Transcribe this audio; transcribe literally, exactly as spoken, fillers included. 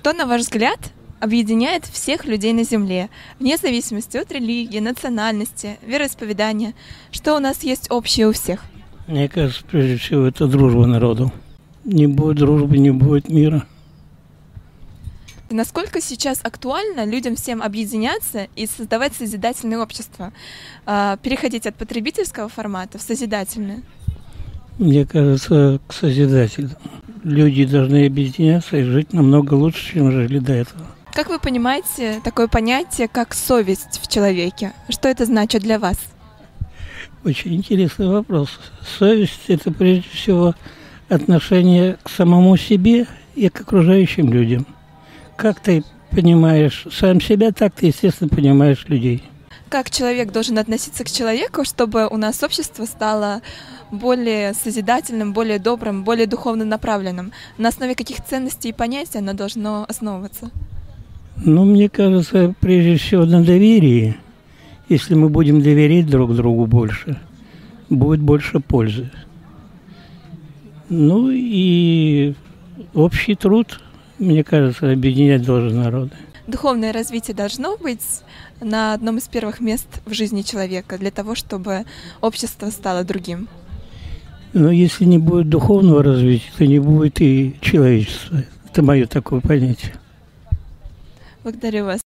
Что, на ваш взгляд, объединяет всех людей на Земле, вне зависимости от религии, национальности, вероисповедания? Что у нас есть общее у всех? Мне кажется, прежде всего, это дружба народу. Не будет дружбы, не будет мира. Насколько сейчас актуально людям всем объединяться и создавать созидательное общество, переходить от потребительского формата в созидательное? Мне кажется, к созидательному. Люди должны объединяться и жить намного лучше, чем жили до этого. Как вы понимаете такое понятие, как совесть в человеке? Что это значит для вас? Очень интересный вопрос. Совесть – это прежде всего отношение к самому себе и к окружающим людям. Как ты понимаешь сам себя, так ты, естественно, понимаешь людей. Как человек должен относиться к человеку, чтобы у нас общество стало более созидательным, более добрым, более духовно направленным? На основе каких ценностей и понятий оно должно основываться? Ну, мне кажется, прежде всего на доверии. Если мы будем доверять друг другу больше, будет больше пользы. Ну и общий труд, мне кажется, объединять должен народы. Духовное развитие должно быть на одном из первых мест в жизни человека для того, чтобы общество стало другим. Но если не будет духовного развития, то не будет и человечества. Это мое такое понятие. Благодарю вас.